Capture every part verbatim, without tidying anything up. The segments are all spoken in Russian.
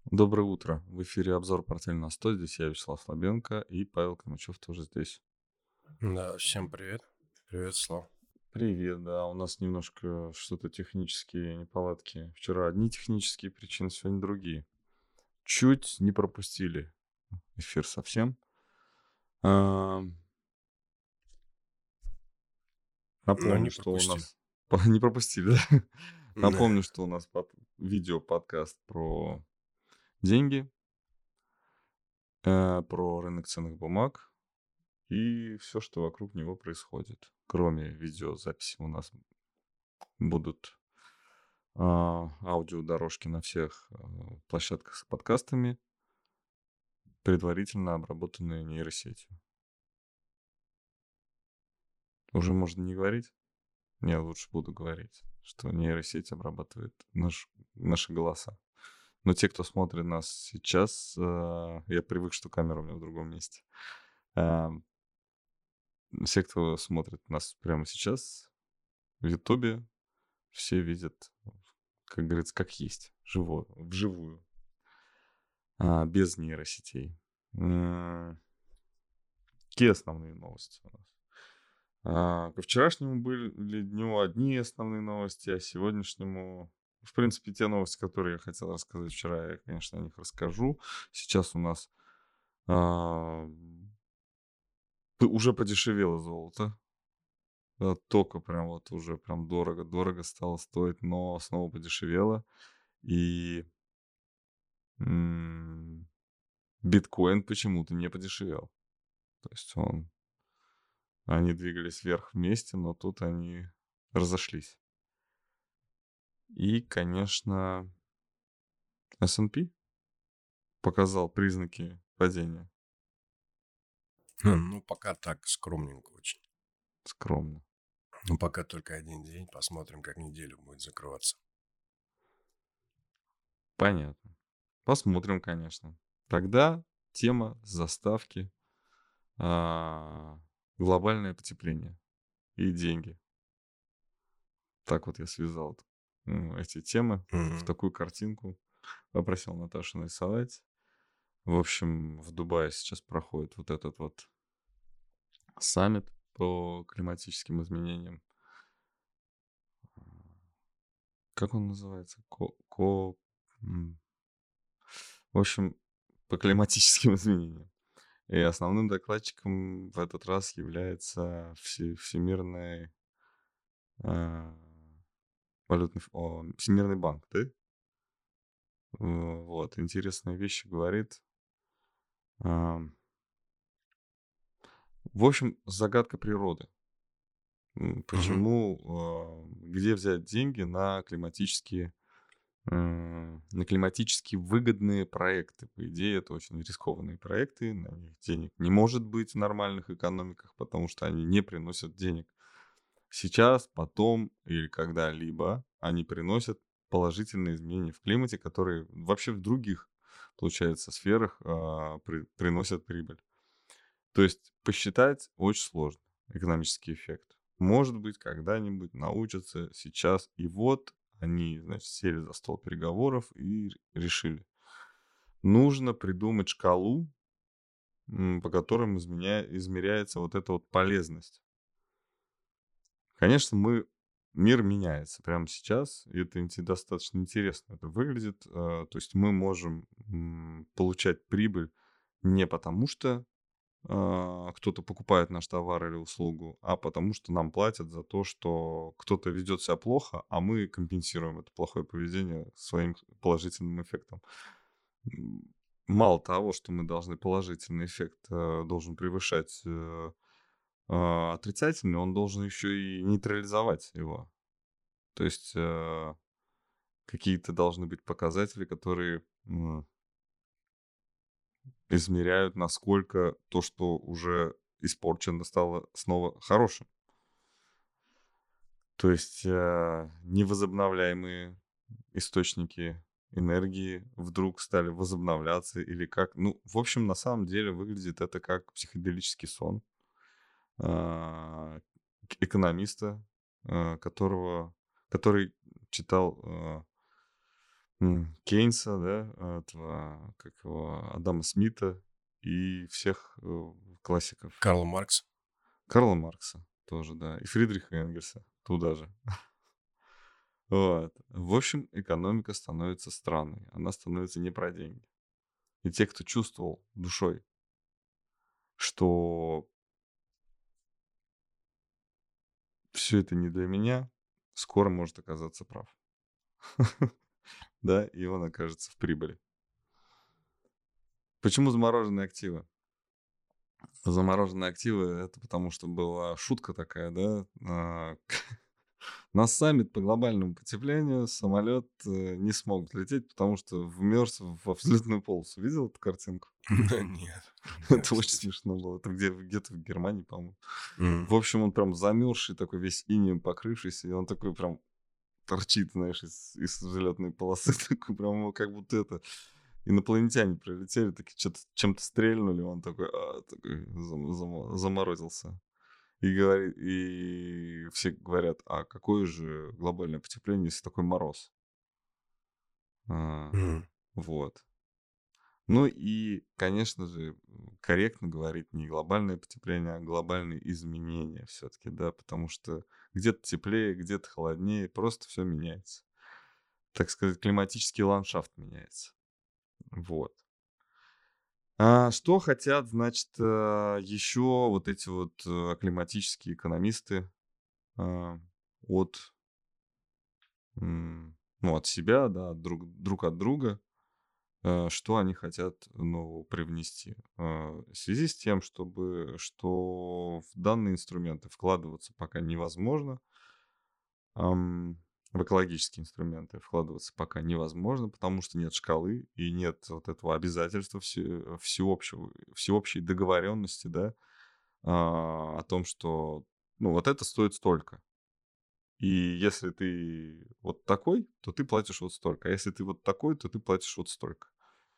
Доброе утро. В эфире обзор «Портфель на сто». Здесь я, Вячеслав Слабенко, и Павел Камычев тоже здесь. Да, всем привет. Привет, Слав. Привет, да, у нас немножко что-то технические неполадки. Вчера одни технические причины, сегодня другие. Чуть не пропустили эфир совсем. А, Но Напомню, не что у пропустили. нас... Не пропустили, да? Да. Напомню, что у нас под... видео-подкаст про деньги, э, про рынок ценных бумаг и все, что вокруг него происходит. Кроме видеозаписи у нас будут а, аудиодорожки на всех а, площадках с подкастами, предварительно обработанные нейросетью. Уже можно не говорить? Не, лучше буду говорить, что нейросеть обрабатывает наш, наши голоса. Но те, кто смотрит нас сейчас, а, я привык, что камера у меня в другом месте. А, Все, кто смотрит нас прямо сейчас в Ютубе, все видят, как говорится, как есть, живо, вживую, а, без нейросетей. М, Какие основные новости у нас? А, ко вчерашнему были дню одни основные новости, а сегодняшнему, в принципе, те новости, которые я хотел рассказать вчера, я, конечно, о них расскажу. Сейчас у нас а, п- уже подешевело золото. Да, только прям вот уже прям дорого-дорого стало стоить, но снова подешевело. И м, биткоин почему-то не подешевел. То есть он, они двигались вверх вместе, но тут они разошлись. И, конечно, эс энд пи показал признаки падения. Хм, Ну, пока так скромненько очень. Скромно. Ну, пока только один день. Посмотрим, как неделю будет закрываться. Понятно. Посмотрим, конечно. Тогда тема заставки а, глобальное потепление и деньги. Так вот я связал м, эти темы в Мгм. такую картинку. Попросил Наташу нарисовать. В общем, в Дубае сейчас проходит вот этот вот саммит по климатическим изменениям. Как он называется? Ко, ко- м, В общем, по климатическим изменениям. И основным докладчиком в этот раз является все- Всемирный а, валютный ф- о, Всемирный банк, да? В- Вот, интересные вещи говорит. А, В общем, загадка природы. М, Мгм. Почему, а, где взять деньги на климатические, м, на климатически выгодные проекты? По идее, это очень рискованные проекты, на них денег не может быть в нормальных экономиках, потому что они не приносят денег сейчас, потом или когда-либо. Они приносят положительные изменения в климате, которые вообще в других, получается, сферах а, при- приносят прибыль. То есть посчитать очень сложно экономический эффект. Может быть, когда-нибудь научатся сейчас. И вот они, значит, сели за стол переговоров и р- решили. Нужно придумать шкалу, м, по которым изменя- измеряется вот эта вот полезность. Конечно, мы мир меняется прямо сейчас, и это инте- достаточно интересно это выглядит. э, То есть мы можем м, получать прибыль не потому, что а, кто-то покупает наш товар или услугу, а потому что нам платят за то, что кто-то ведет себя плохо, а мы компенсируем это плохое поведение своим положительным эффектом. М, Мало того, что мы должны положительный эффект э, должен превышать э, а, отрицательный, он должен еще и нейтрализовать его. То есть э, какие-то должны быть показатели, которые м, измеряют, насколько то, что уже испорчено, стало снова хорошим. То есть, а, невозобновляемые источники энергии вдруг стали возобновляться или как. Ну, в общем, на самом деле выглядит это как психоделический сон, а, к экономиста, а, которого который читал, а, м, Кейнса, да, этого, как его, Адама Смита и всех э, классиков. Карл Маркс. Карла Маркса тоже, да, и Фридриха Энгельса туда же. Вот. В общем, экономика становится странной. Она становится не про деньги. И те, кто чувствовал душой, что все это не для меня, скоро может оказаться прав. Да, и он окажется в прибыли. Почему замороженные активы? Замороженные активы — это потому, что была шутка такая, да, а, на саммит по глобальному потеплению самолет э, не смог взлететь, потому что вмерз в абсолютную полосу. Видел эту картинку? Нет, нет, Это очень кстати. смешно было. Это где, где-то в Германии, по-моему. М. В общем, он прям замерзший, такой весь инеем покрывшийся, и он такой прям торчит, знаешь, из, из взлетной полосы, такой прям его как будто это инопланетяне прилетели, такие что-то чем-то стрельнули, он такой, а, такой зам- зам- заморозился. И, говорит, и все говорят, а какое же глобальное потепление, если такой мороз? А, Мгм. вот. Ну и, конечно же, м, корректно говорить не глобальное потепление, а глобальные изменения все-таки, да, потому что где-то теплее, где-то холоднее, просто все меняется. Так сказать, климатический ландшафт меняется. Вот. А что хотят, значит, э, еще вот эти вот э, климатические экономисты а, от, м, ну, от себя, да, от друг, друг от друга? Э, что они хотят нового привнести. Э, В связи с тем, чтобы, что в данные инструменты вкладываться пока невозможно, ам, в экологические инструменты вкладываться пока невозможно, потому что нет шкалы и нет вот этого обязательства все- всеобщего, всеобщей договоренности, да, а, о том, что, ну, вот это стоит столько. И если ты вот такой, то ты платишь вот столько. А если ты вот такой, то ты платишь вот столько.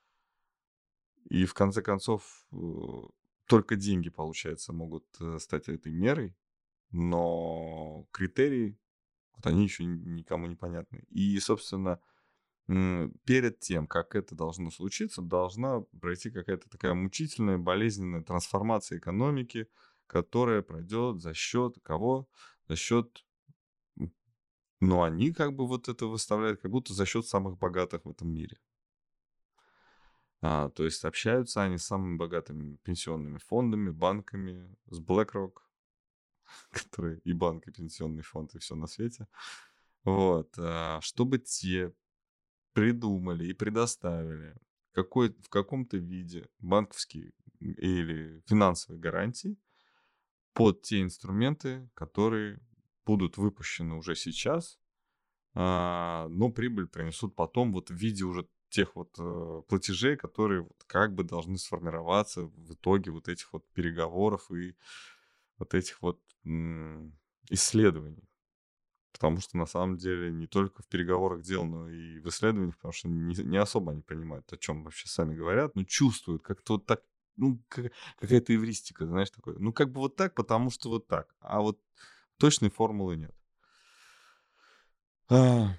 И в конце концов, э, только деньги, получается, могут э, стать этой мерой, но критерии, вот они еще никому не понятны. И, собственно, м, перед тем, как это должно случиться, должна пройти какая-то такая мучительная, болезненная трансформация экономики, которая пройдет за счет кого? За счет, м, ну, они как бы вот это выставляют, как будто за счет самых богатых в этом мире. А, то есть общаются они с самыми богатыми пенсионными фондами, банками, с BlackRock, которые и банк, и пенсионный фонд, и все на свете. Вот, а, чтобы те придумали и предоставили какой, в каком-то виде банковские или финансовые гарантии под те инструменты, которые будут выпущены уже сейчас, а, но прибыль принесут потом вот в виде уже тех вот э, платежей, которые вот как бы должны сформироваться в итоге вот этих вот переговоров и вот этих вот м, исследований. Потому что на самом деле не только в переговорах дело, но и в исследованиях, потому что не, не особо они понимают, о чем вообще сами говорят, но чувствуют как-то вот так, ну, ка- какая-то эвристика, знаешь, такое. Ну, как бы вот так, потому что вот так. А вот точной формулы нет. А,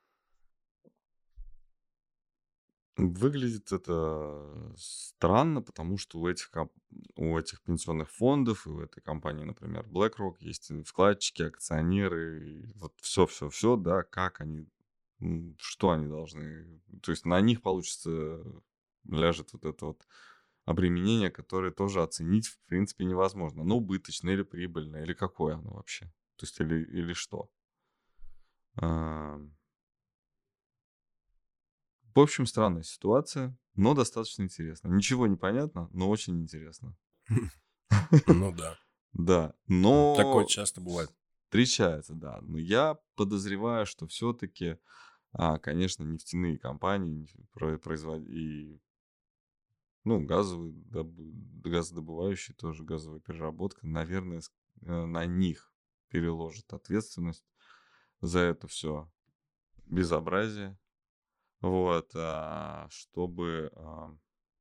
Выглядит это странно, потому что у этих, комп- у этих пенсионных фондов и у этой компании, например, BlackRock, есть и вкладчики, акционеры, и вот все-все-все, да, как они, м, что они должны, то есть на них получится, ляжет вот это вот обременение, которое тоже оценить, в принципе, невозможно. Ну, убыточное или прибыльное, или какое оно вообще, то есть или, или что. А, В общем, странная ситуация, но достаточно интересно. Ничего не понятно, но очень интересно. Ну да. Да, М, такое но часто бывает. встречается, да. Но я подозреваю, что все-таки, конечно, нефтяные компании неф- про- производ- и, ну, газовые, добы- газодобывающие тоже, газовая переработка, наверное, с- э, на них переложит ответственность за это все безобразие. Вот, а, чтобы а,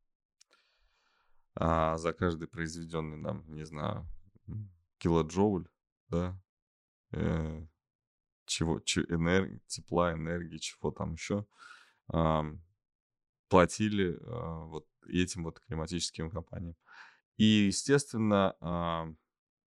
а за каждый произведенный нам, не знаю, м, килоджоуль, да, э, чего, че- энер- тепла, энергии, чего там еще, ам, платили а, вот этим вот климатическим компаниям. И, естественно, а,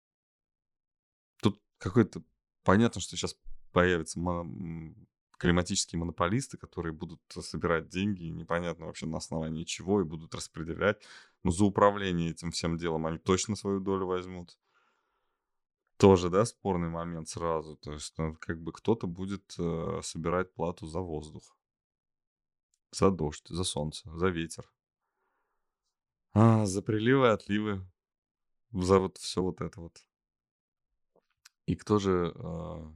тут какой-то понятно, что сейчас появятся мо м, климатические монополисты, которые будут собирать деньги, непонятно вообще на основании чего, и будут распределять. Но за управление этим всем делом они точно свою долю возьмут. Тоже, да, спорный момент сразу. То есть, ну, как бы кто-то будет, э, собирать плату за воздух, за дождь, за солнце, за ветер, а, за приливы, отливы, за вот все вот это вот. И кто же, а,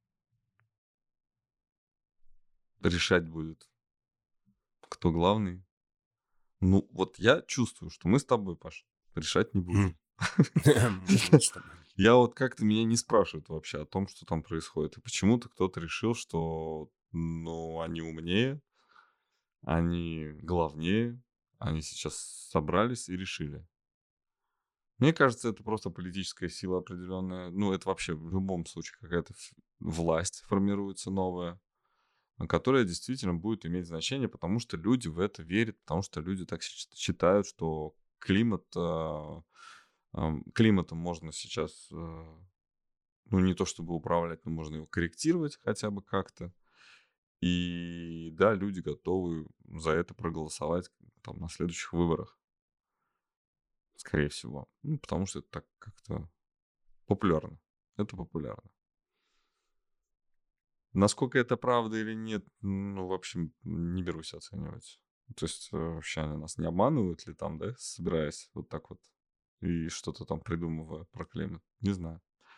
решать будет, кто главный? Ну, вот я чувствую, что мы с тобой, Паш, решать не М. будем. Мы с тобой. Я вот как-то меня не спрашивают вообще о том, что там происходит. И почему-то кто-то решил, что, ну, они умнее, они главнее, они сейчас собрались и решили. Мне кажется, это просто политическая сила определенная. Ну, это вообще в любом случае какая-то ф- власть формируется новая, а, которая действительно будет иметь значение, потому что люди в это верят, потому что люди так щ- считают, что климат, а, ам, климатом можно сейчас, э, ну, не то чтобы управлять, но можно его корректировать хотя бы как-то. И да, люди готовы за это проголосовать там на следующих выборах, скорее всего. Ну, потому что это так как-то популярно. Это популярно. Насколько это правда или нет, ну, в общем, не берусь оценивать. То есть, э, вообще они нас не обманывают ли там, да, собираясь вот так вот и что-то там придумывая про климат? Не знаю.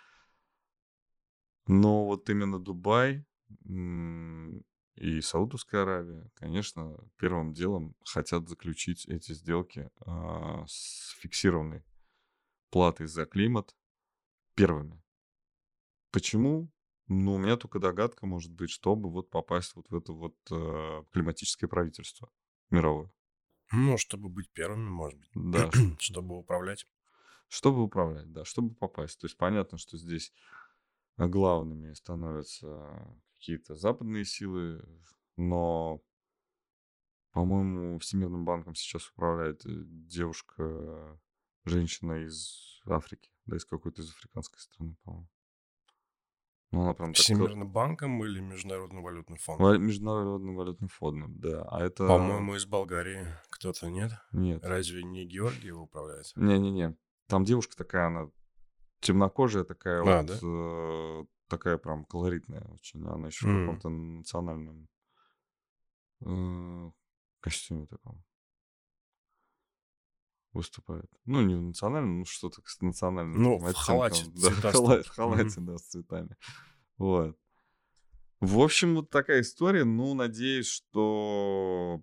Но вот именно Дубай м, и Саудовская Аравия, конечно, первым делом хотят заключить эти сделки а, с фиксированной платой за климат первыми. Почему? Ну, у меня только догадка может быть, чтобы вот попасть вот в это вот э, климатическое правительство мировое. Ну, чтобы быть первыми, может быть, Да, ш- чтобы управлять. чтобы управлять, да, чтобы попасть. То есть понятно, что здесь а, главными становятся какие-то западные силы, но, по-моему, Всемирным банком сейчас управляет э, девушка, женщина из Африки, да, из какой-то из африканской страны, по-моему. Ну, она прям так к- Всемирным банком или Международным валютным ва- фондом? Международным валютным фондом, да. А это По-моему, из Болгарии кто-то, нет? нет. Разве не Георгиева управляет? Не-не-не. Там девушка такая, она темнокожая, такая А, вот, да? э, такая прям колоритная очень. Она еще в М. каком-то национальном э, костюме таком выступает. Ну, не в национальном, ну, что-то с национальным Ну, таким в халате оттенком. Да, в цветастом. хала- в Мгм. халате, да, с цветами. Вот. В общем, вот такая история. Ну, надеюсь, что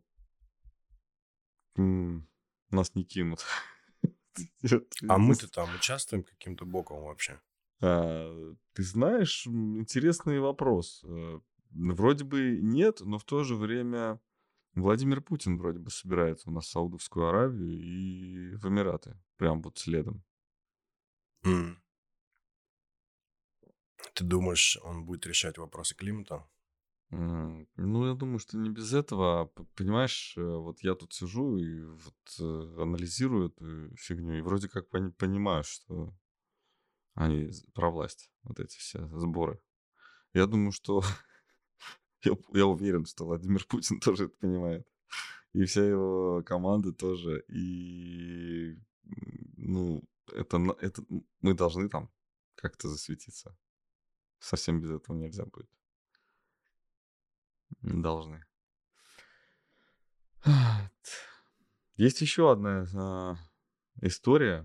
м, нас не кинут. А мы-то Здесь там участвуем каким-то боком вообще? А, ты знаешь, м, интересный вопрос. Э, вроде бы нет, но в то же время Владимир Путин вроде бы собирается у нас в Саудовскую Аравию и в Эмираты. Прям вот следом. М. Ты думаешь, он будет решать вопросы климата? М, Ну, я думаю, что не без этого. а, п- Понимаешь, э, вот я тут сижу и вот э, анализирую эту фигню, и вроде как пони- понимаю, что они з- про власть, вот эти все сборы. Я думаю, что я, я уверен, что Владимир Путин тоже это понимает. И вся его команда тоже. И, м, ну, это, на- это м, мы должны там как-то засветиться. Совсем без этого нельзя будет. Должны. Вот. Есть еще одна а, история.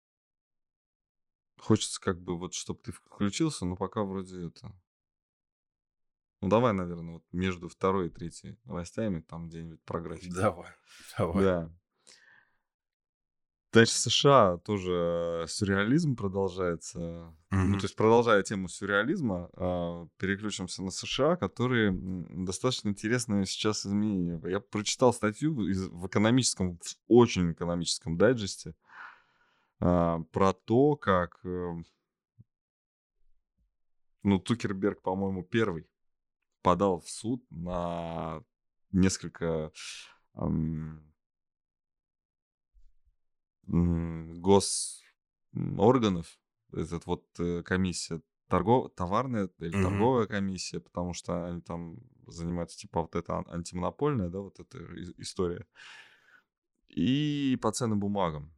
Хочется как бы вот, чтобы ты включился, но пока вроде это... Ну, давай, наверное, вот между второй и третьей новостями, там где-нибудь про граффити. Давай, давай. Да. Дальше США тоже сюрреализм продолжается. Ну, то Мгм. есть, продолжая тему сюрреализма, а, переключимся на США, которые м, достаточно интересные сейчас изменения. Я прочитал статью из- в экономическом, в очень экономическом дайджесте а, про то, как, э, ну, Цукерберг, по-моему, первый подал в суд на несколько ам, м, гос м, органов. Этот вот э, комиссия торгов... товарная или Мгм. торговая комиссия, потому что они там занимаются типа вот это ан- антимонопольная, да, вот эта и- история. И по ценным бумагам.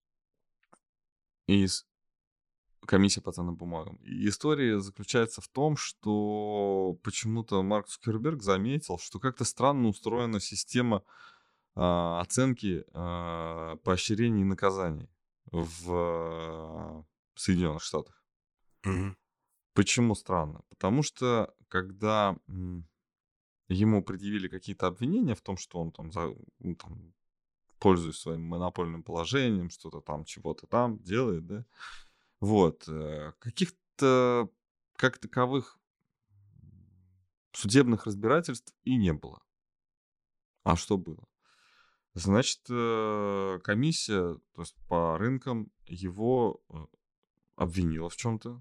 И с- комиссия по ценным бумагам. И история заключается в том, что почему-то Марк Цукерберг заметил, что как-то странно устроена система а, оценки а, поощрений и наказаний в а, Соединенных Штатах. Мгм. Почему странно? Потому что когда м, ему предъявили какие-то обвинения в том, что он там, за, ну, там, пользуясь своим монопольным положением, что-то там, чего-то там делает, да, вот, э, каких-то как таковых судебных разбирательств и не было. А что было? Значит, э, комиссия, то есть по рынкам, его э, обвинила в чем-то,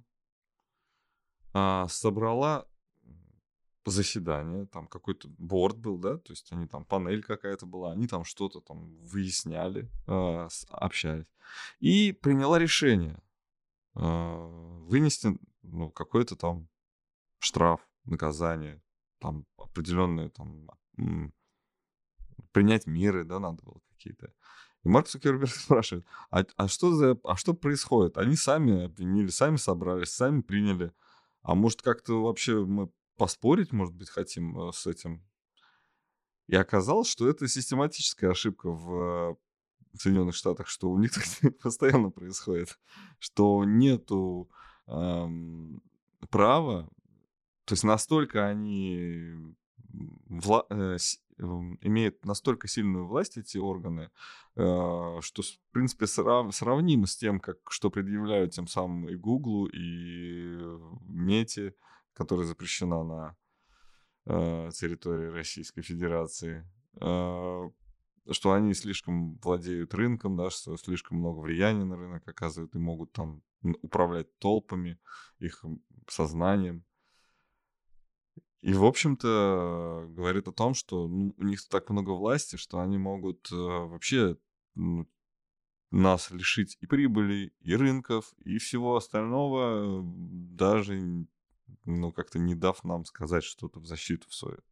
а, собрала м, заседание, там какой-то борд был, да, то есть они там, панель какая-то была, они там что-то там выясняли, а, с- общались, и приняла решение а, вынести, ну, какой-то там штраф, наказание, там определенные там м, принять меры, да, надо было какие-то. И Марк Цукерберг спрашивает, а, а что за, а что происходит? Они сами обвинили, сами собрались, сами приняли. А может как-то вообще мы поспорить, может быть, хотим э, с этим? И оказалось, что это систематическая ошибка в э, Соединенных Штатах, что у них так постоянно происходит, что нету ам, права. То есть настолько они вла э, с м, имеют настолько сильную власть, эти органы, а, что, с в принципе, срав сравнимо с тем, как что предъявляют тем самым и "Гуглу", и "Мете", которая запрещена на, а, территории Российской Федерации. А, что они слишком владеют рынком, да, что слишком много влияния на рынок оказывают и могут там, м, управлять толпами, их, м, сознанием. И, в общем-то, говорит о том, что, ну, у них так много власти, что они могут, э, вообще, ну, нас лишить и прибыли, и рынков, и всего остального, э, даже, н ну, как-то не дав нам сказать что-то в защиту в свою.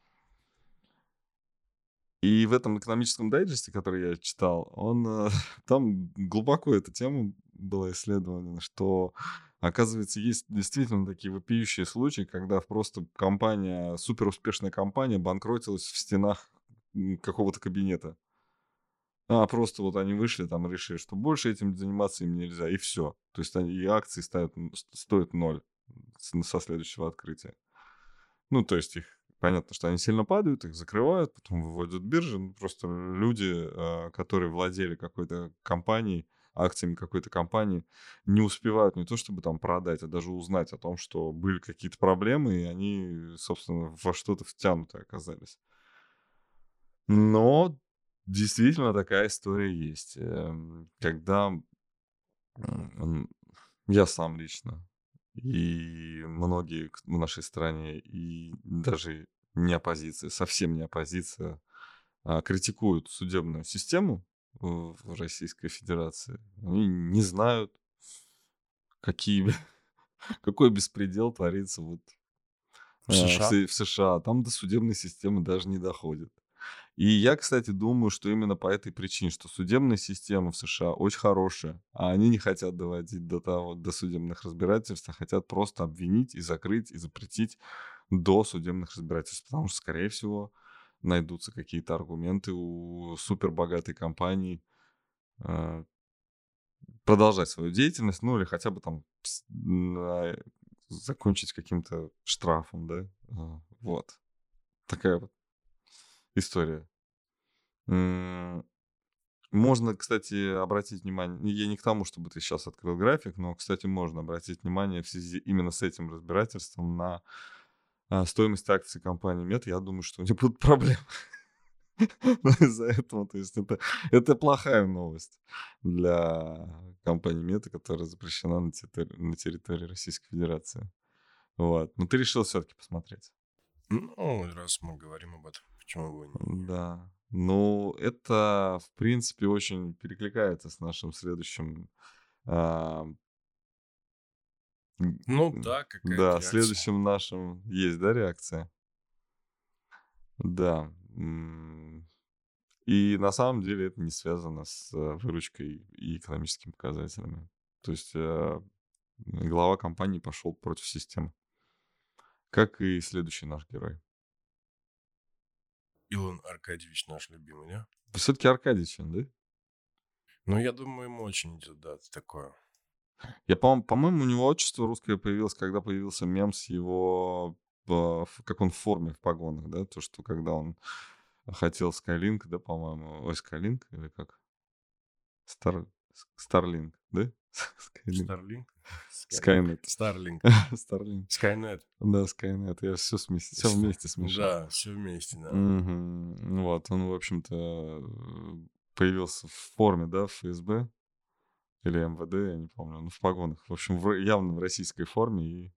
И в этом экономическом дайджесте, который я читал, он, э, там глубоко эта тема была исследована, что, оказывается, есть действительно такие вопиющие случаи, когда просто компания, суперуспешная компания банкротилась в стенах, м, какого-то кабинета. А просто вот они вышли там и решили, что больше этим заниматься им нельзя, и все. То есть они и акции ставят, м, ст стоят ноль с со следующего открытия. Ну, то есть их понятно, что они сильно падают, их закрывают, потом выводят биржи. Ну, просто люди, а, которые владели какой-то компанией, акциями какой-то компании, не успевают не то чтобы там продать, а даже узнать о том, что были какие-то проблемы, и они, собственно, во что-то втянуты оказались. Но действительно такая история есть. Эм, когда, м, я сам лично и многие к в нашей стране, и даже не оппозиция, совсем не оппозиция, а, критикуют судебную систему в в Российской Федерации. Они не знают, какие какой беспредел творится вот, В а, в США? С в США. Там до судебной системы даже не доходит. И я, кстати, думаю, что именно по этой причине, что судебная система в США очень хорошая, а они не хотят доводить до того, до судебных разбирательств, а хотят просто обвинить и закрыть, и запретить до судебных разбирательств. Потому что, скорее всего, найдутся какие-то аргументы у супербогатой компании э, продолжать свою деятельность, ну или хотя бы там пс- на- закончить каким-то штрафом, да. А, Вот. Такая вот история. М, Можно, кстати, обратить внимание, я не к тому, чтобы ты сейчас открыл график, но, кстати, можно обратить внимание в связи именно с этим разбирательством на а, стоимость акций компании Мета. Я думаю, что у них будут проблемы из-за этого. То есть это, это плохая новость для компании Мета, которая запрещена на территории, на территории Российской Федерации. Вот. Но ты решил все-таки посмотреть. Ну, раз мы говорим об этом. почему бы и не. Да. Ну, это, в принципе, очень перекликается с нашим следующим, а, м, Ну м, да, какая-то да, реакция. следующим нашим есть, да, реакция? Да. м, И на самом деле это не связано с э, выручкой и экономическими показателями. То есть э, глава компании пошел против системы, как и следующий наш герой. Илон Аркадьевич наш любимый, да? Все-таки Аркадьевич, да? Ну, я думаю, ему очень идет, да, такое. Я, по- по-моему, у него отчество русское появилось, когда появился мем с его, а, в- как он в форме, в погонах, да? То, что когда он хотел Skylink, да, по-моему, ой, Skylink или как? Star, Starlink, да? Skylink. Старлинг? Skynet. Старлинг. Starlink. Скайнет. Да, Skynet. Я все, вместе, все вместе смешал. Да, все вместе, да. Мгм. Вот, он, в общем-то, э, появился в форме, да, в эф эс бэ или эм вэ дэ, я не помню, ну, в погонах. В общем, в р- явно в российской форме, и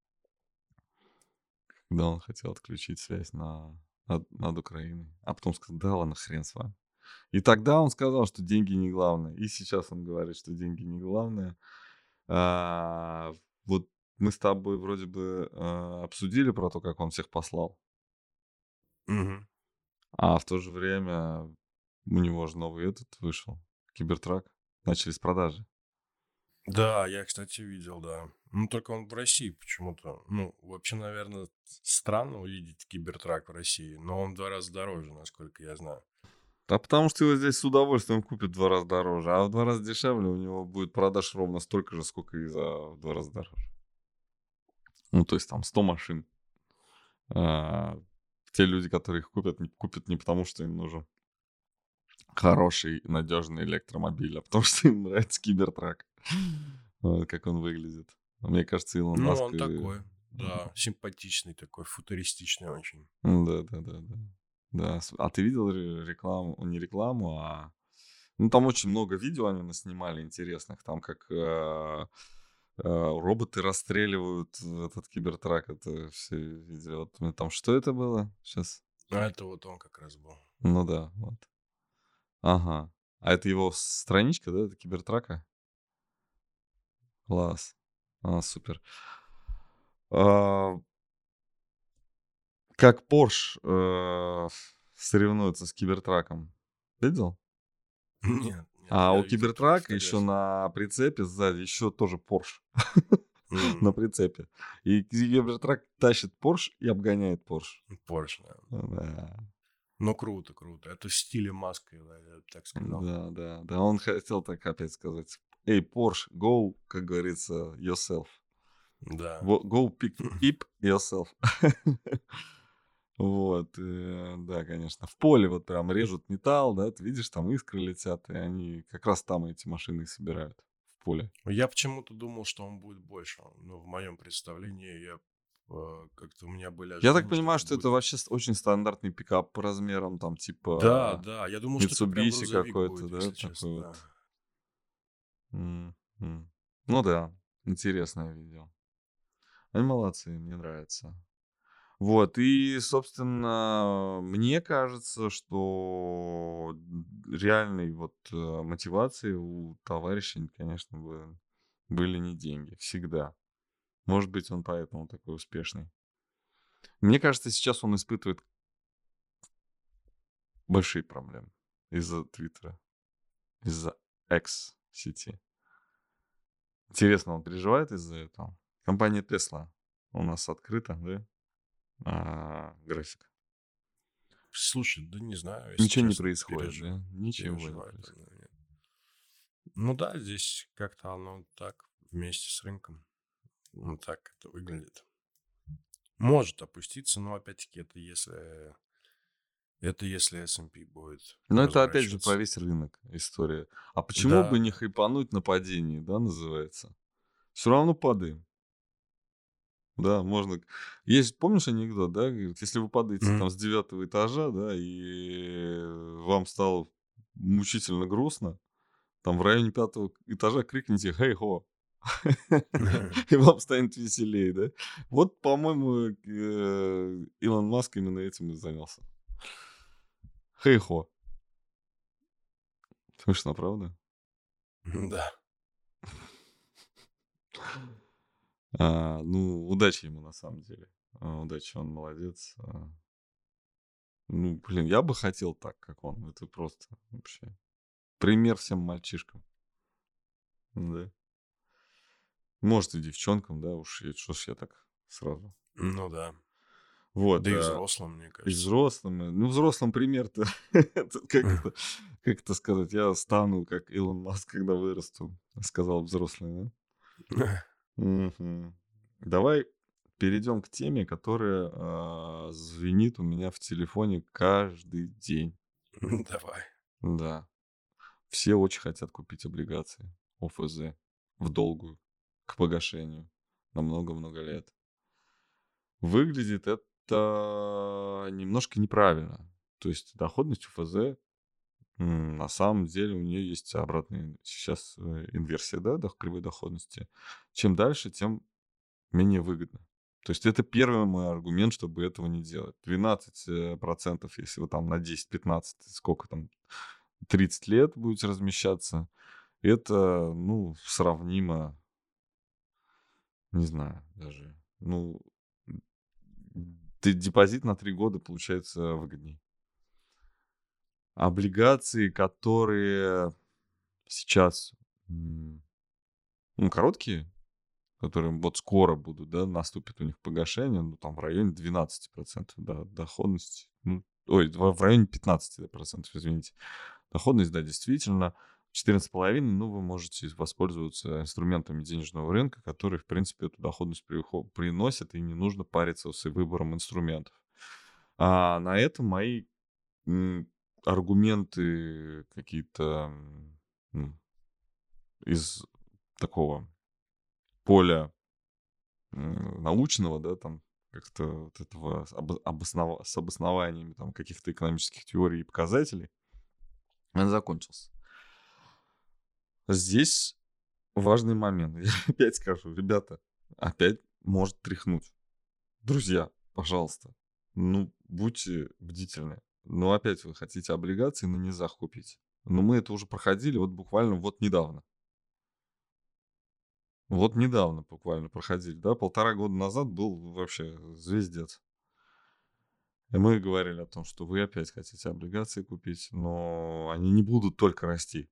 когда он хотел отключить связь на, над, над Украиной. А потом сказал, да ладно, хрен с вами. И тогда он сказал, что деньги не главное. И сейчас он говорит, что деньги не главное. А, вот мы с тобой вроде бы а, обсудили про то, как он всех послал. Мгм. А в то же время у него же новый этот вышел, Кибертрак. Начались продажи. Да, я, кстати, видел, да. Ну, только он в России почему-то. Ну, вообще, наверное, странно увидеть кибертрак в России, но он в два раза дороже, насколько я знаю. А потому что его здесь с удовольствием купят в два раза дороже, а в два раза дешевле у него будет продаж ровно столько же, сколько и за в два раза дороже. Ну, то есть там сто машин. А, те люди, которые их купят, не купят не потому, что им нужен хороший, надежный электромобиль, а потому что им нравится Кибертрак. Вот как он выглядит. Мне кажется, Илон Ну, Маск... он э, такой, да, симпатичный такой, футуристичный очень. Да, да, да, да. Да, с- а ты видел ре- рекламу, не рекламу, а... Ну, там очень много видео они наснимали интересных. Там как э, э, роботы расстреливают этот кибертрак. Это все видели. Вот мы там что это было сейчас? А это вот он как раз был. Ну да, вот. Ага. А это его страничка, да, это кибертрака? Класс. А, супер. А, как Porsche э, соревнуется с кибертраком? Видел? Нет, нет, А я у видел только Кибертрака еще фотографии. на прицепе сзади еще тоже Porsche на М, прицепе. И Кибертрак тащит Porsche и обгоняет Porsche. Porsche, да. Да, Ну, круто, круто. Это в стиле Маска, я бы так сказал. да, да, да. Он хотел так опять сказать. Эй, Porsche, go, как говорится, yourself. Да. Во- Go pick, pip yourself. Вот, э, да, конечно. В поле вот прям режут металл, да, ты видишь, там искры летят, и они как раз там эти машины и собирают в поле. Я почему-то думал, что он будет больше. Но в моем представлении я э, как-то у меня были Я так ожидания, что понимаю, это что это будет. вообще с- очень стандартный пикап по размерам, там Да, типа да. Я думал, что это прям Mitsubishi грузовик какой-то, будет, да, если такой честно, да. вот. М, м. Ну да, интересное видео. Они молодцы, мне нравится. Вот, и, собственно, мне кажется, что реальной вот э, мотивацией у товарища, конечно, бы были не деньги, всегда. Может быть, он поэтому такой успешный. Мне кажется, сейчас он испытывает большие проблемы из-за Твиттера, из-за X-сети. Интересно, он переживает из-за этого? Компания Tesla у нас открыта, да? А, график. Слушай, да не знаю, если Ничего не честно, происходит, пережи- да? Ничего не переживает он происходит. или нет. Ну да, здесь как-то оно так вместе с рынком. Ну так это выглядит. Может опуститься, но опять-таки это если это если эс энд пи будет Но это опять же про разворачиваться. весь рынок история. А почему бы Да, не да. хайпануть на падении, да, называется? Все равно падаем. Да, можно. Есть, помнишь анекдот, да? Говорит, если вы падаете Мгм. там с девятого этажа, да, и вам стало мучительно грустно, там в районе пятого этажа крикните «Хей-хо!» и вам станет веселее, да? Вот, по-моему, э, Илон Маск именно этим и занялся. Хей-хо. Смешно, правда? Да. А, ну, удачи ему на самом деле. А, удачи, он молодец. А, ну, блин, я бы хотел так, как он. Это просто вообще пример всем мальчишкам. Да. Может, и девчонкам, да, уж я, что ж я так сразу. Ну да. Вот. Да и а, взрослым, мне И кажется. взрослым. э, Ну, взрослым пример-то, это как это, как это сказать, я стану как Илон Маск, когда вырасту, сказал взрослый, да? Мгм. Давай перейдем к теме, которая а, звенит у меня в телефоне каждый день. Давай. Да. Все очень хотят купить облигации О Ф З в долгую к погашению на много-много лет. Выглядит это немножко неправильно. То есть доходность О Ф З, м, на самом деле у нее есть обратная сейчас э, инверсия, да, дох- кривой доходности. Чем дальше, тем менее выгодно. То есть это первый мой аргумент, чтобы этого не делать. двенадцать э, процентов, если вы там на десять-пятнадцать, сколько там, тридцать лет будете размещаться, это, ну, сравнимо, не знаю, даже, ну, м, д- депозит на три года получается выгоднее. Облигации, которые сейчас, м, ну, короткие, которые вот скоро будут, да, наступит у них погашение, ну, там в районе двенадцати процентов, да, доходность, ну, ой, в в районе пятнадцати процентов, извините. Доходность, да, действительно, четырнадцать с половиной, ну, вы можете воспользоваться инструментами денежного рынка, которые, в принципе, эту доходность прихо- приносят, и не нужно париться с выбором инструментов. А на этом мои м, аргументы какие-то м, м, из такого поля м, научного, да, там, как-то вот этого с обо- обоснова- с обоснованиями там каких-то экономических теорий и показателей, он закончился. Здесь важный момент. Я опять скажу, ребята, опять может тряхнуть. Друзья, пожалуйста, ну, будьте бдительны. Ну, опять вы хотите облигации на низах купить. Но мы это уже проходили вот буквально вот недавно. Вот недавно буквально проходили, да, полтора года назад был вообще звездец. И мы говорили о том, что вы опять хотите облигации купить, но они не будут только расти.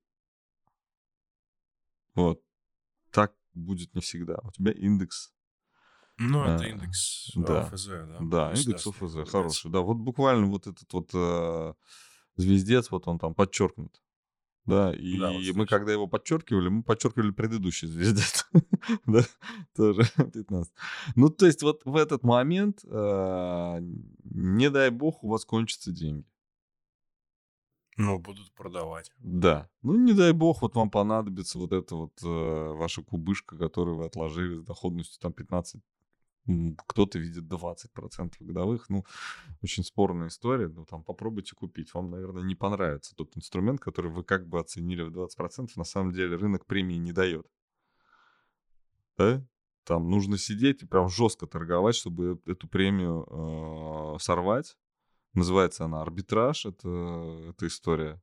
Вот. Так будет не всегда. У тебя индекс. Ну, это а, индекс да. О Ф З, да? Да, индекс Государственных О Ф З облигаций. хороший. Да, вот буквально вот этот вот а, звездец, вот он там подчеркнут. Да, Да, вот и мы здесь. когда его подчеркивали, мы подчеркивали предыдущий звездец. Да, тоже пятнадцать. Ну, то есть вот в этот момент, а, не дай бог, у вас кончатся деньги. Ну, будут продавать. Да. Ну, не дай бог, вот вам понадобится вот эта вот э, ваша кубышка, которую вы отложили с доходностью там пятнадцать, м, кто-то видит двадцать процентов годовых. Ну, очень спорная история. Ну, там попробуйте купить. Вам, наверное, не понравится тот инструмент, который вы как бы оценили в двадцать процентов. На самом деле рынок премии не дает. Да? Там нужно сидеть и прям жестко торговать, чтобы э- эту премию э, сорвать. Называется она арбитраж, это, эта история.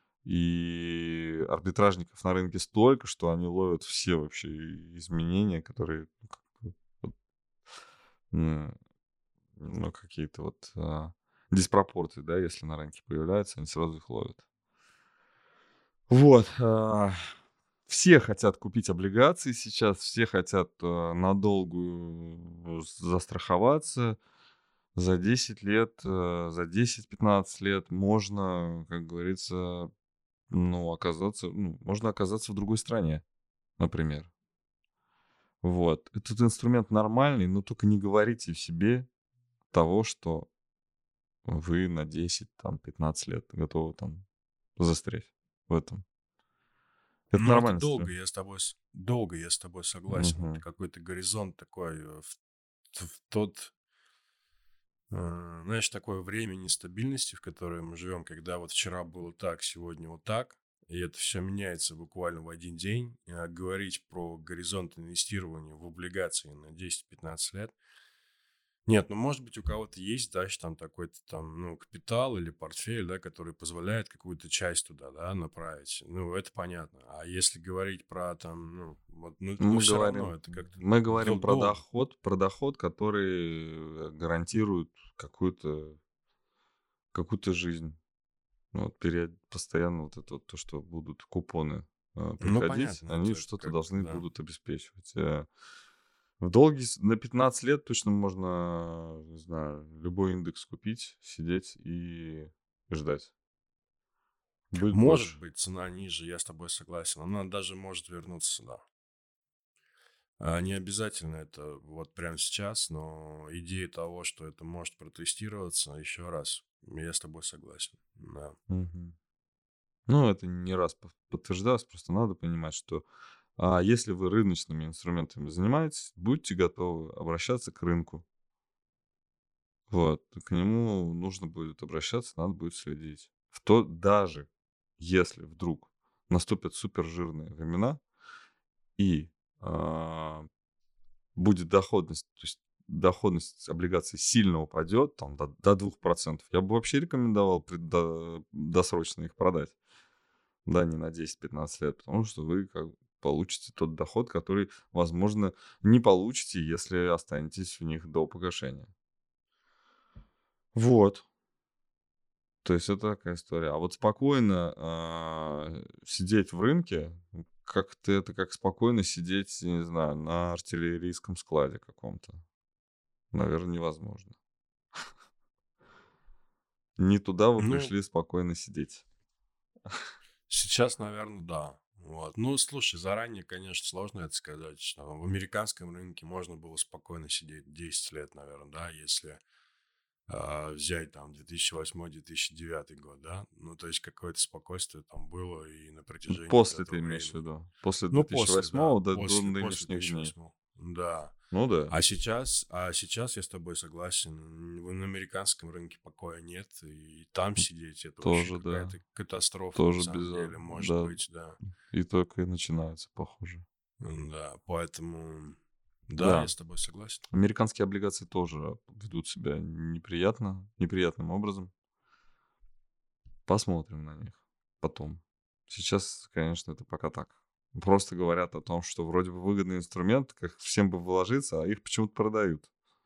И арбитражников на рынке столько, что они ловят все вообще изменения, которые, ну, как бы, вот, м, ну, какие-то вот а, диспропорции, да, если на рынке появляются, они сразу их ловят. Вот. а, Все хотят купить облигации сейчас, все хотят а, на долгую застраховаться. За десять лет, э, за десять-пятнадцать лет можно, как говорится, ну, оказаться, ну, можно оказаться в другой стране, например. Вот. Этот инструмент нормальный, но только не говорите себе того, что вы на десять, там, пятнадцать лет готовы там застрять в этом. Это Ну, это нормальный долго, инструмент. я с тобой, с- долго я с тобой согласен. Вот Мгм. какой-то горизонт такой э, в, т- в тот, э, знаешь, такое время нестабильности, в которое мы живем, когда вот вчера было так, сегодня вот так, и это все меняется буквально в один день. А говорить про горизонт инвестирования в облигации на десять-пятнадцать лет, Нет, ну, может быть, у кого-то есть, да, там такой-то там, ну, капитал или портфель, да, который позволяет какую-то часть туда, да, направить. Ну, это понятно. А если говорить про там, ну, вот, ну, ну Мы все равно говорим, это как-то мы дол- говорим про долго. доход, про доход, который э, гарантирует какую-то какую-то жизнь. Ну, вот период, постоянно вот это вот то, что будут купоны э, Ну, приходить, понятно, они это что-то как, должны да. будут обеспечивать. Э, В долгий, с- на пятнадцать лет точно можно, не знаю, любой индекс купить, сидеть и ждать. Будет Может больше. быть, цена ниже, я с тобой согласен. Она даже может вернуться сюда. А, Не обязательно это вот прямо сейчас, но идея того, что это может протестироваться, еще раз, я с тобой согласен. Да. Мгм. Ну, это не раз пов- подтверждалось, просто надо понимать, что а, если вы рыночными инструментами занимаетесь, будьте готовы обращаться к рынку. Вот, к нему нужно будет обращаться, надо будет следить. В то, даже если вдруг наступят супер жирные времена и а, будет доходность, то есть доходность облигаций сильно упадет, там, до, до двух процентов, я бы вообще рекомендовал пред- до- досрочно их продать. Да, не на десять-пятнадцать лет, потому что вы как бы получите тот доход, который, возможно, не получите, если останетесь в них до погашения. Вот. То есть это такая история. А вот спокойно а, сидеть в рынке, как-то это как спокойно сидеть, я не знаю, на артиллерийском складе каком-то. Наверное, невозможно. Не туда вы Ну, пришли спокойно сидеть. сейчас, наверное, да. Вот. Ну, слушай, заранее, конечно, сложно это сказать. Что в американском рынке можно было спокойно сидеть десять лет, наверное, да, если а, взять там две тысячи восьмой - две тысячи девятый год, да. Ну, то есть какое-то спокойствие там было и на протяжении вот После ты этого имеешь в времени. виду? После Ну, после, да, две тысячи восьмого до, до после, после нынешних дней. две тысячи восьмого. Да. Ну да, А сейчас, а сейчас я с тобой согласен. н- На американском рынке покоя нет, и там сидеть это вообще тоже, да. какая-то катастрофа на Тоже без... самом а, деле может Да, быть, да. и только и начинается, похоже. Да, поэтому, да, я Да, с тобой согласен. американские облигации тоже ведут себя неприятно, неприятным образом. Посмотрим на них потом. Сейчас, конечно, это пока так. Просто говорят о том, что вроде бы выгодный инструмент, как всем бы вложиться, а их почему-то продают.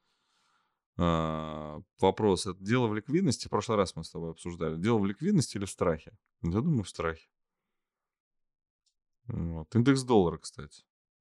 А, вопрос, это дело в ликвидности? В прошлый раз мы с тобой обсуждали. Дело в ликвидности или в страхе? Я думаю, в страхе. Вот. Индекс доллара, кстати.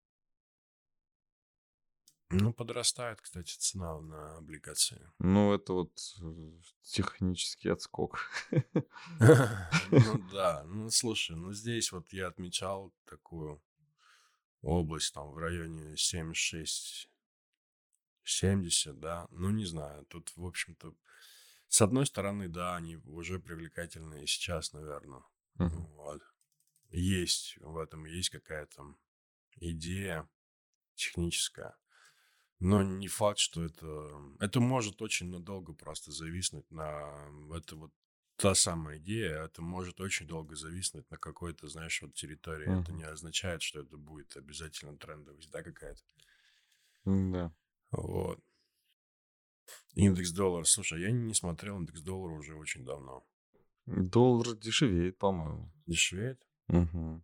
Ну, подрастает, кстати, цена на облигации. Ну, это вот э, технический отскок. Ну да, ну слушай, ну здесь вот я отмечал такую область там в районе семьдесят шесть семьдесят, да, ну не знаю, тут, в общем-то, с одной стороны, да, они уже привлекательные сейчас, наверное, Мгм. вот. Есть в этом, есть какая-то идея техническая, но не факт, что это... Это может очень надолго просто зависнуть на... Это вот та самая идея, это может очень долго зависнуть на какой-то, знаешь, вот территории. Это Мгм. не означает, что это будет обязательно трендовость, да, какая-то. Да. Вот. Индекс доллара. Слушай, я не смотрел индекс доллара уже очень давно. Доллар дешевеет, по-моему. Дешевеет? Мгм.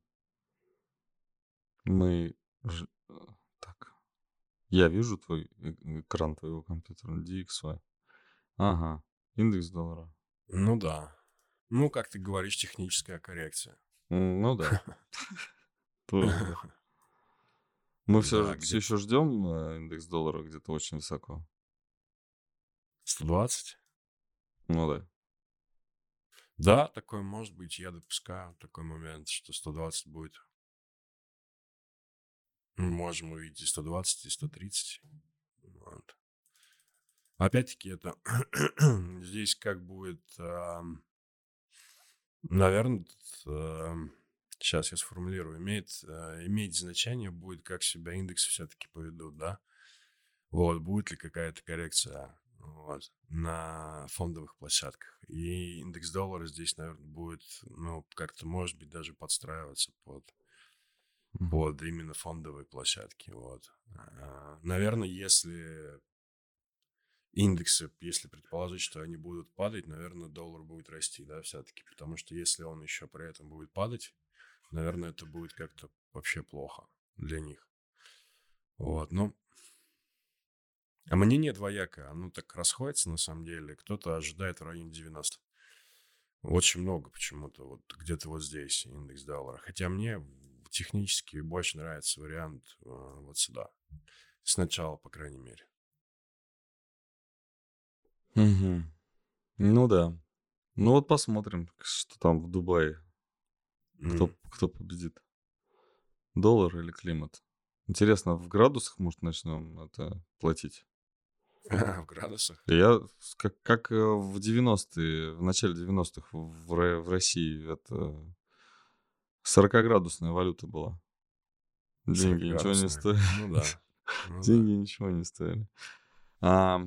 Мы... ж- э, Так, я вижу твой э- экран твоего компьютера, ди экс уай. Ага, индекс доллара. Ну да. Ну, как ты говоришь, техническая коррекция. М, Ну да, тоже, да. Мы все, Да, все где-то еще ждем э, индекс доллара где-то очень высоко. сто двадцать. Ну да. Да, такой может быть, я допускаю такой момент, что сто двадцать будет. Мы можем увидеть и сто двадцать, и сто тридцать. Вот. Опять-таки, это здесь как будет, наверное, сейчас я сформулирую, имеет, э, иметь значение будет, как себя индексы все-таки поведут, да? Вот, будет ли какая-то коррекция вот, на фондовых площадках. И индекс доллара здесь, наверное, будет, ну, как-то, может быть, даже подстраиваться под, Мгм. под именно фондовые площадки. Вот. А, Наверное, если индексы, если предположить, что они будут падать, наверное, доллар будет расти, да, все-таки. Потому что если он еще при этом будет падать, наверное, это будет как-то вообще плохо для них. Вот, ну, а мнение двоякое, оно так расходится на самом деле. Кто-то ожидает в районе девяносто. Очень много почему-то, вот где-то вот здесь индекс доллара. Хотя мне технически больше нравится вариант э, вот сюда. Сначала, по крайней мере. Мгм. Ну да. Ну вот посмотрим, что там в Дубае. Кто, М. кто победит? Доллар или климат? Интересно, в градусах, может, начнем это платить? В градусах. Я с- как, как э, в девяностые, в начале девяностых в, Ро- в России это сорокаградусная валюта была. Деньги ничего не сорокаградусная. стоили. Ну да. Ну да. Деньги ничего не стоили. А,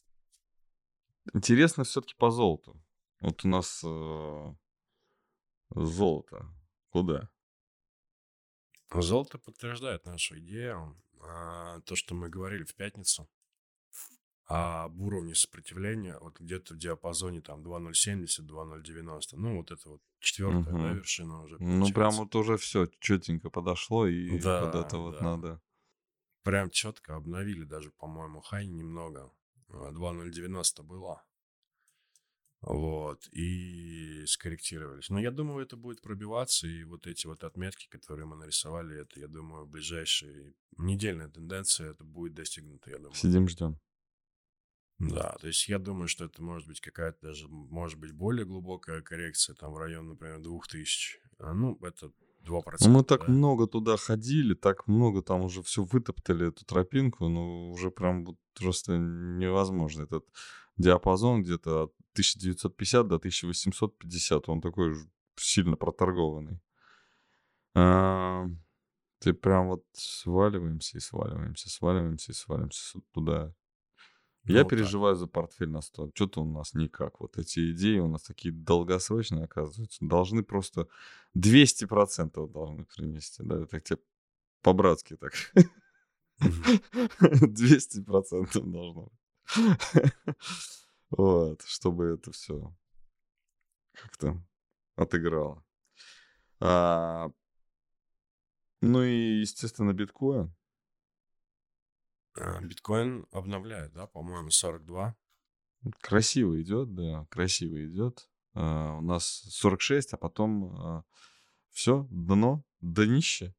интересно все-таки по золоту. Вот у нас э, золото. Куда? Золото подтверждает нашу идею. а, То, что мы говорили в пятницу, об уровне сопротивления вот где-то в диапазоне там два ноль семьдесят - два ноль девяносто. Ну, вот это вот четвертая, да, Мгм. вершина уже Ну, прям получается. вот уже все четенько подошло, и Да, куда-то вот да. надо. Прям четко обновили даже, по-моему, хай немного. А, два ноль девяносто было. Вот. И скорректировались. Но я думаю, это будет пробиваться. И вот эти вот отметки, которые мы нарисовали, это, я думаю, ближайшие недельная тенденция, это будет достигнуто, я думаю. Сидим, ждем. Да, то есть я думаю, что это может быть какая-то даже, может быть, более глубокая коррекция, там в район, например, двух тысяч. А, ну, это два Ну, мы процента, так да? много туда ходили, так много там уже все вытоптали, эту тропинку, ну, уже прям вот просто невозможно. Этот диапазон где-то от тысяча девятьсот пятьдесят до тысяча восемьсот пятьдесят, он такой ж сильно проторгованный. А, ты прям вот сваливаемся и сваливаемся, сваливаемся и сваливаемся с- туда. Ну, Я вот так. переживаю за портфель на сто. Что-то у нас никак. Вот эти идеи у нас такие долгосрочные, оказываются. Должны просто двести процентов должны принести. Да, это тебе по-братски так. Мгм. двести процентов должно быть. Вот, чтобы это все как-то отыграло. А, ну и, естественно, биткоин. А, Биткоин обновляет, да, по-моему, сорок два. Красиво идет, да, красиво идет. А, у нас сорок шесть, а потом все, дно, днище.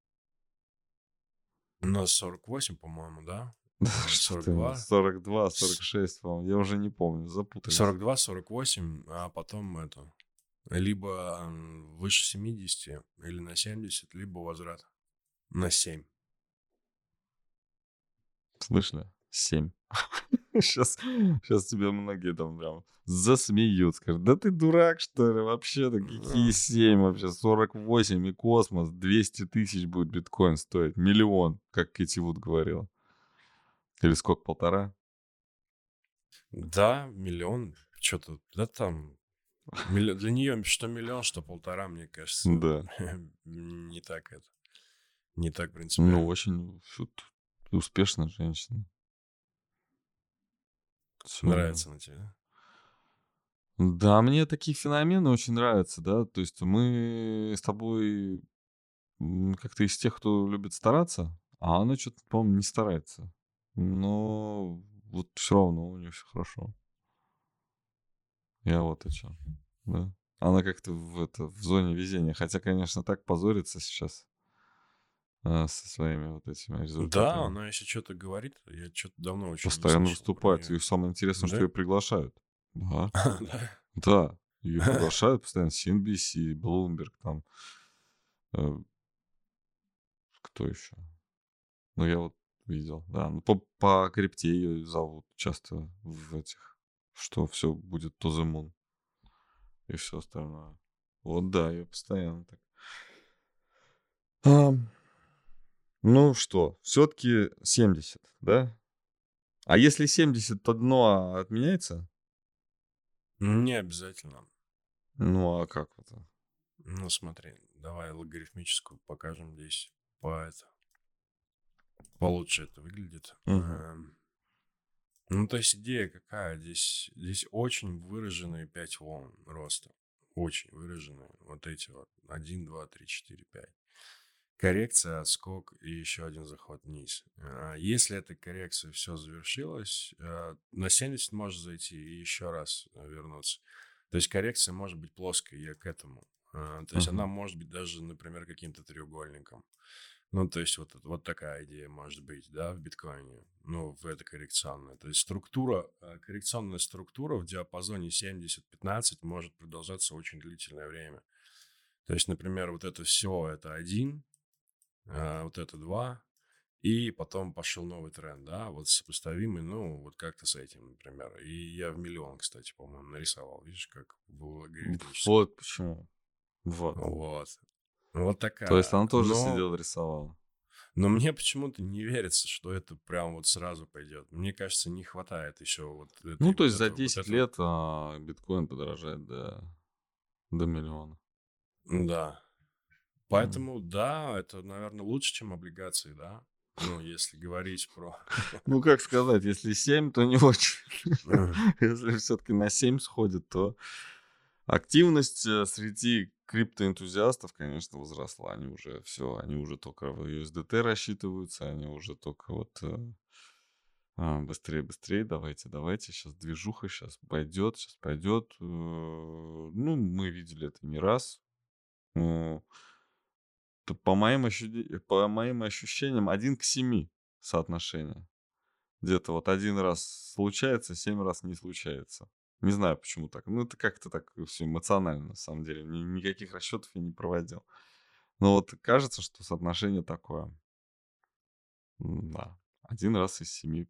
У нас сорок восемь, по-моему, да? Да А, что сорок ты, два. сорок два, сорок С- шесть, по-моему, я уже не помню, запутались. сорок два, сорок восемь, а потом это. Либо м, выше семидесяти или на семьдесят, либо возврат на семь. Слышали? семь. Сейчас, сейчас тебе многие там прям засмеют, скажут, да ты дурак, что ли, вообще-то, какие Ну, семь вообще, сорок восемь и космос, двести тысяч будет биткоин стоить, миллион, как Кэти Вуд говорила. Или сколько, полтора? да, миллион, что-то, да там, милли- для нее что миллион, что полтора, мне кажется, Да. не так это, не так Ну, принципиально. очень фу, успешная женщина. Всё. Нравится на тебе, да? Да, мне такие феномены очень нравятся, да. То есть мы с тобой м, как-то из тех, кто любит стараться, а она что-то, по-моему, не старается. Но вот все равно у нее все хорошо. Я вот о чем. Да. Она как-то в, это, в зоне везения. Хотя, конечно, так позорится сейчас а, со своими вот этими Да, результатами. она если что-то говорит, я что-то давно очень не Постоянно слышал про выступает. нее. И самое интересное, что Да? ее приглашают. Да. Да. Да. Ее приглашают постоянно. си эн би си, Bloomberg, там. э, Кто еще? Ну, я вот видел, да. Ну, по, по крипте ее зовут часто в этих, что все будет to the moon и все остальное. Вот да, ее постоянно так. А, ну что, все-таки семьдесят, да? А если семьдесят, то дно отменяется? Не обязательно. Ну, а как это? Ну, смотри, давай логарифмическую покажем здесь. По это. Получше это выглядит. Мгм. Эм, Ну, то есть идея какая? Здесь, здесь очень выраженные пять волн роста. Очень выраженные. Вот эти вот. Один, два, три, четыре, пять. Коррекция, отскок и еще один заход вниз. А, Если эта коррекция все завершилась, э, на семьдесят может зайти и еще раз э, вернуться. То есть коррекция может быть плоской, я к этому. А, То есть она Мгм. может быть даже, например, каким-то треугольником. Ну, то есть вот, вот такая идея может быть, да, в биткоине, ну, в это коррекционное. То есть структура, э, коррекционная структура в диапазоне семьдесят пятнадцать может продолжаться очень длительное время. То есть, например, вот это все, это один, а, вот это два, и потом пошел новый тренд, да, вот сопоставимый, ну, вот как-то с этим, например. И я в миллион, кстати, по-моему, нарисовал, видишь, как в логарифмическом. Вот почему. Вот. Вот. Вот То есть такая. она тоже Но сидела, рисовала. Но мне почему-то не верится, что это прям вот сразу пойдет. Мне кажется, не хватает еще вот Ну, этой то вот есть за этого, вот десять этого. лет а, биткоин подорожает до, до миллиона. Да. М. Поэтому, да, это, наверное, лучше, чем облигации, да. Ну, если говорить про... Ну, как сказать, если семь, то не очень. Мгм. Если все-таки на семь сходит, то активность э, среди криптоэнтузиастов, конечно, возросла. Они уже все, они уже только в ю эс ди ти рассчитываются, они уже только вот э, а, быстрее, быстрее, давайте, давайте, сейчас движуха, сейчас пойдет, сейчас пойдет. Э, Ну, мы видели это не раз. Э, т- По моим, ощу- по моим ощущениям, один к семи соотношение. Где-то вот один раз случается, семь раз не случается. Не знаю, почему так. Ну, это как-то так все эмоционально, на самом деле. Ни- никаких расчетов я не проводил. Но вот кажется, что соотношение такое. М, Да. Один раз из семи.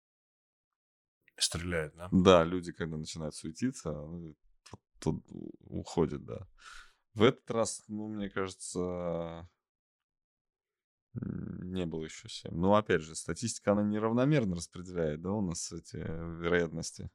Стреляет, да? Да, люди, когда начинают суетиться, ну, тут, тут у- уходит, да. В этот раз, ну, мне кажется, м, не было еще семь. Ну, опять же, статистика, она неравномерно распределяет, да, у нас эти э, вероятности.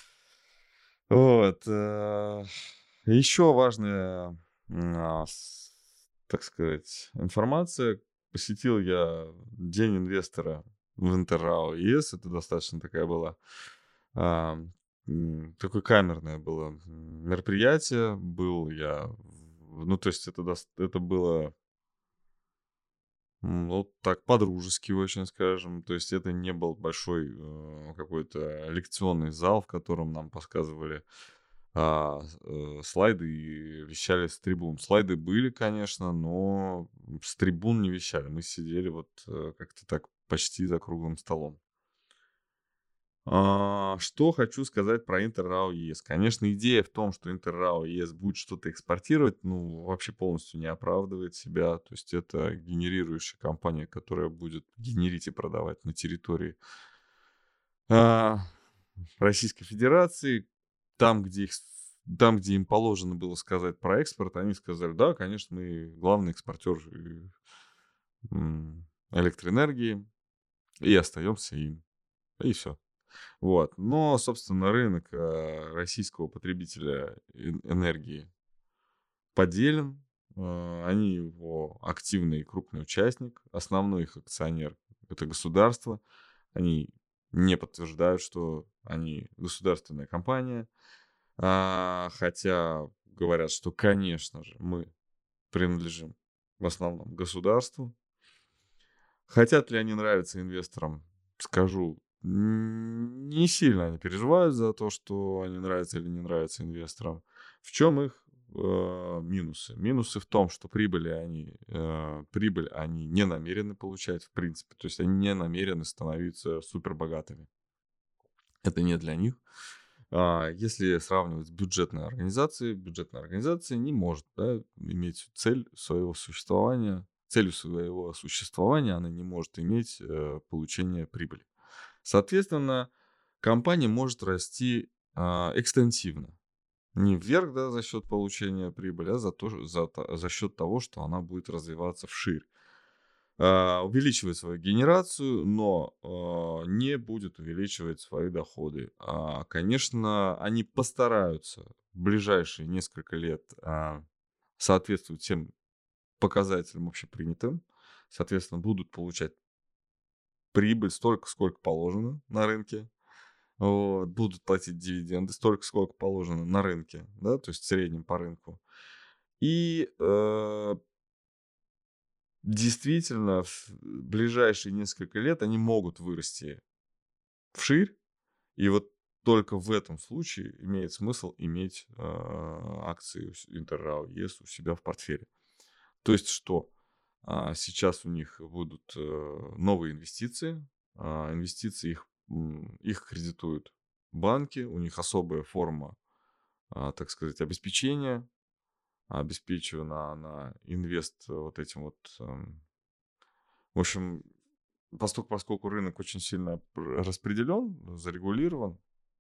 Вот. э, Еще важная, м, а, с- так сказать, информация. Посетил я День инвестора в Интеррао ЕС. Это достаточно такая была, а, м, такое камерное было м, мероприятие. Был я, в- ну, то есть это, дос- это было, м, вот так, по-дружески очень, скажем. То есть это не был большой э, какой-то лекционный зал, в котором нам подсказывали а, с- э, слайды и вещали с трибун. Слайды были, конечно, но с трибун не вещали. Мы сидели вот э, как-то так почти за круглым столом. А, что хочу сказать про Интеррау ЕС. Конечно, идея в том, что Интеррау ЕС будет что-то экспортировать, ну, вообще полностью не оправдывает себя. То есть это генерирующая компания, которая будет генерить и продавать на территории а, Российской Федерации. Там, где их, с- там, где им положено было сказать про экспорт, они сказали, да, конечно, мы главный экспортер э, м, электроэнергии и остаемся им. И все. Вот. Но, собственно, рынок э, российского потребителя эн- энергии поделен. Э, Они его активный и крупный участник. Основной их акционер — это государство. Они не подтверждают, что они государственная компания. А, хотя говорят, что, конечно же, мы принадлежим в основном государству. Хотят ли они нравиться инвесторам, скажу, м, не сильно они переживают за то, что они нравятся или не нравятся инвесторам. В чем их э, минусы? Минусы в том, что прибыли они, э, прибыль они не намерены получать, в принципе. То есть они не намерены становиться супербогатыми. Это не для них. А, Если сравнивать с бюджетной организацией, бюджетная организация не может, да, иметь цель своего существования. Целью своего существования она не может иметь э, получение прибыли. Соответственно, компания может расти а, экстенсивно. Не вверх, да, за счет получения прибыли, а за, то, за, то- за счет того, что она будет развиваться вширь. А, увеличивать свою генерацию, но а, не будет увеличивать свои доходы. А, Конечно, они постараются в ближайшие несколько лет а, соответствовать всем показателям общепринятым. Соответственно, будут получать прибыль столько, сколько положено на рынке. Вот, будут платить дивиденды столько, сколько положено на рынке, да, то есть в среднем по рынку. И э, действительно, в ближайшие несколько лет они могут вырасти вширь, и вот только в этом случае имеет смысл иметь э, акции у с- Интеррау ЕС у себя в портфеле. То есть что? А, сейчас у них будут э, новые инвестиции. А, инвестиции их, м, их кредитуют банки, у них особая форма, а, так сказать, обеспечения. Обеспечивана она инвест э, вот этим вот. эм, В общем, поскольку, поскольку рынок очень сильно пр- распределен, зарегулирован,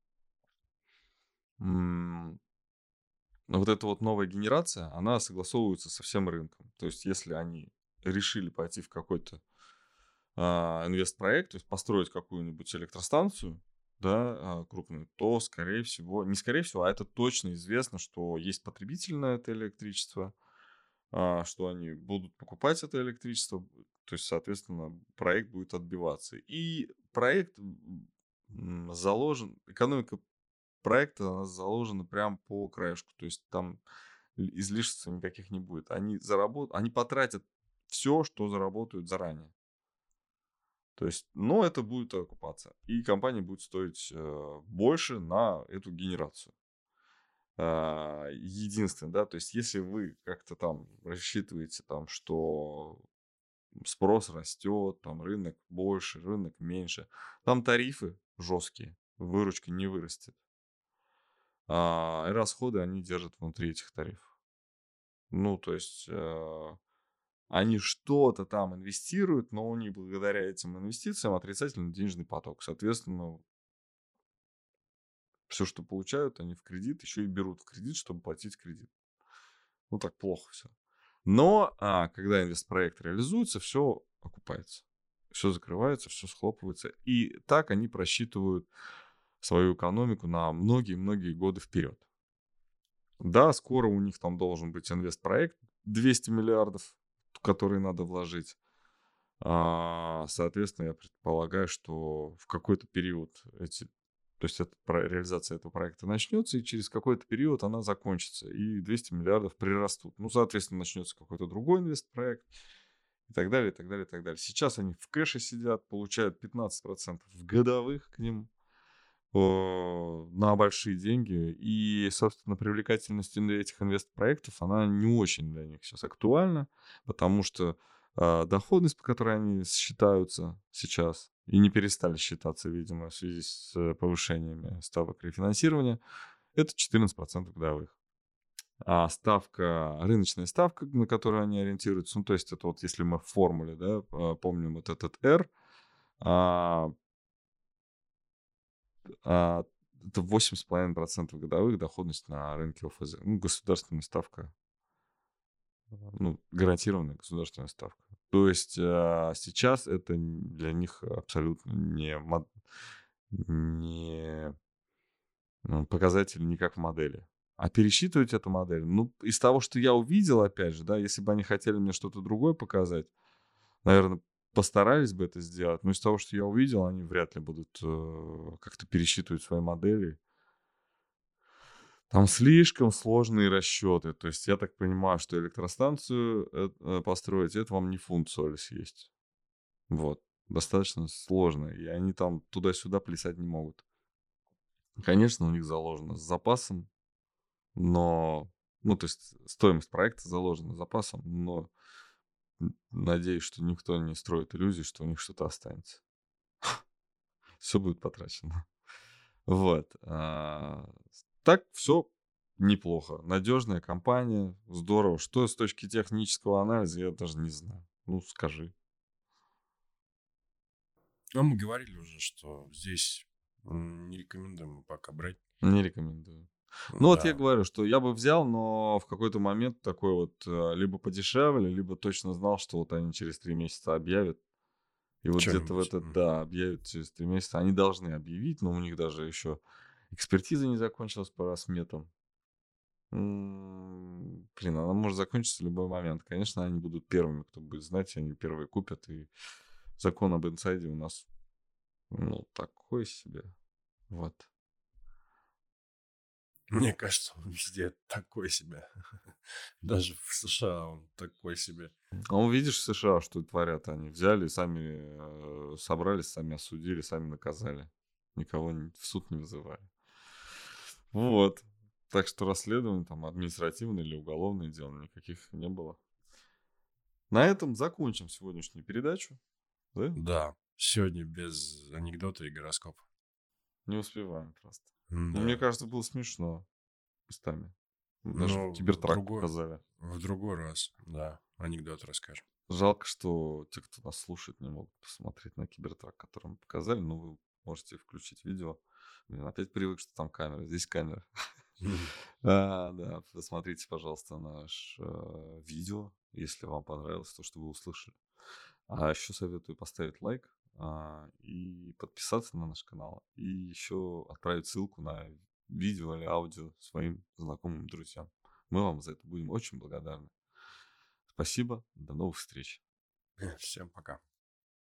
м, вот эта вот новая генерация, она согласовывается со всем рынком. То есть, если они решили пойти в какой-то а, инвестпроект, то есть построить какую-нибудь электростанцию, да, а, крупную, то, скорее всего, не скорее всего, а это точно известно, что есть потребитель на это электричество, а, что они будут покупать это электричество, то есть, соответственно, проект будет отбиваться. И проект м, заложен, экономика проекта она заложена прям по краешку, то есть там л- излишеств никаких не будет. Они заработают, они потратят все, что заработают заранее. То есть, но это будет окупаться. И компания будет стоить э, больше на эту генерацию. А, единственное, да, то есть если вы как-то там рассчитываете там, что спрос растет, там рынок больше, рынок меньше, там тарифы жесткие, выручка не вырастет. А, и расходы они держат внутри этих тарифов. Ну, то есть э, они что-то там инвестируют, но у них благодаря этим инвестициям отрицательный денежный поток. Соответственно, все, что получают, они в кредит, еще и берут в кредит, чтобы платить кредит. Ну, так плохо все. Но а, когда инвестпроект реализуется, все окупается. Все закрывается, все схлопывается. И так они просчитывают свою экономику на многие-многие годы вперед. Да, скоро у них там должен быть инвестпроект двести миллиардов, которые надо вложить. А, соответственно, я предполагаю, что в какой-то период эти, то есть эта про- реализация этого проекта начнется, и через какой-то период она закончится, и двести миллиардов прирастут. Ну, соответственно, начнется какой-то другой инвестпроект, и так далее, и так далее, и так далее. Сейчас они в кэше сидят, получают пятнадцать процентов годовых к ним о, на большие деньги, и, собственно, привлекательность ин- этих инвестпроектов, она не очень для них сейчас актуальна, потому что а, доходность, по которой они считаются сейчас, и не перестали считаться, видимо, в связи с э, повышениями ставок рефинансирования, это четырнадцать процентов годовых. А ставка, рыночная ставка, на которую они ориентируются, ну, то есть это вот если мы в формуле, да, а, помним вот этот R, а, а, это восемь с половиной процентов годовых доходность на рынке ОФЗ. Ну, государственная ставка, ну, гарантированная государственная ставка. То есть а, сейчас это н- для них абсолютно не, мо- не ну, показатель никак в модели. А пересчитывать эту модель, ну, из того, что я увидел, опять же, да, если бы они хотели мне что-то другое показать, наверное, постарались бы это сделать. Но из того, что я увидел, они вряд ли будут э, как-то пересчитывать свои модели. Там слишком сложные расчеты. То есть я так понимаю, что электростанцию э, э, построить, это вам не фунт соли съесть. Вот. Достаточно сложно. И они там туда-сюда плясать не могут. Конечно, у них заложено с запасом, но... Ну, то есть стоимость проекта заложена с запасом, но н- надеюсь, что никто не строит иллюзий, что у них что-то останется. Все будет потрачено. Вот. а, Так все неплохо. Надежная компания, здорово. Что с точки технического анализа, я даже не знаю. Ну, скажи. А мы говорили уже, что здесь м, не рекомендуем пока брать. Не рекомендую. Ну, вот я Да, говорю, что я бы взял, но в какой-то момент такой вот э, либо подешевле, либо точно знал, что вот они через три месяца объявят. И вот где-то в что-нибудь. этот, Мгм. да, объявят через три месяца. Они должны объявить, но у них даже еще экспертиза не закончилась по рассметам. М, Блин, она может закончиться в любой момент. Конечно, они будут первыми, кто будет знать, они первые купят. И закон об инсайде у нас, ну, такой себе. Вот. Мне кажется, он везде такой себе. Даже в США он такой себе. А он, видишь, в США, что творят они. Взяли, сами э, собрались, сами осудили, сами наказали. Никого не- в суд не вызывали. Вот. Так что расследований там административное или уголовное дело никаких не было. На этом закончим сегодняшнюю передачу. Да? Да, сегодня без анекдота и гороскопа. Не успеваем просто. Ну, мне Да. кажется, было смешно местами. Даже Но в кибертрак другой, показали. в другой раз, да, анекдот расскажем. Жалко, что те, кто нас слушает, не могут посмотреть на кибертрак, который мы показали. Но вы можете включить видео. Блин, опять привык, что там камера. Здесь камера. А, да, посмотрите, пожалуйста, наш э, видео, если вам понравилось то, что вы услышали. А еще советую поставить лайк а, и подписаться на наш канал. И еще отправить ссылку на видео или аудио своим знакомым друзьям. Мы вам за это будем очень благодарны. Спасибо, до новых встреч. Всем пока.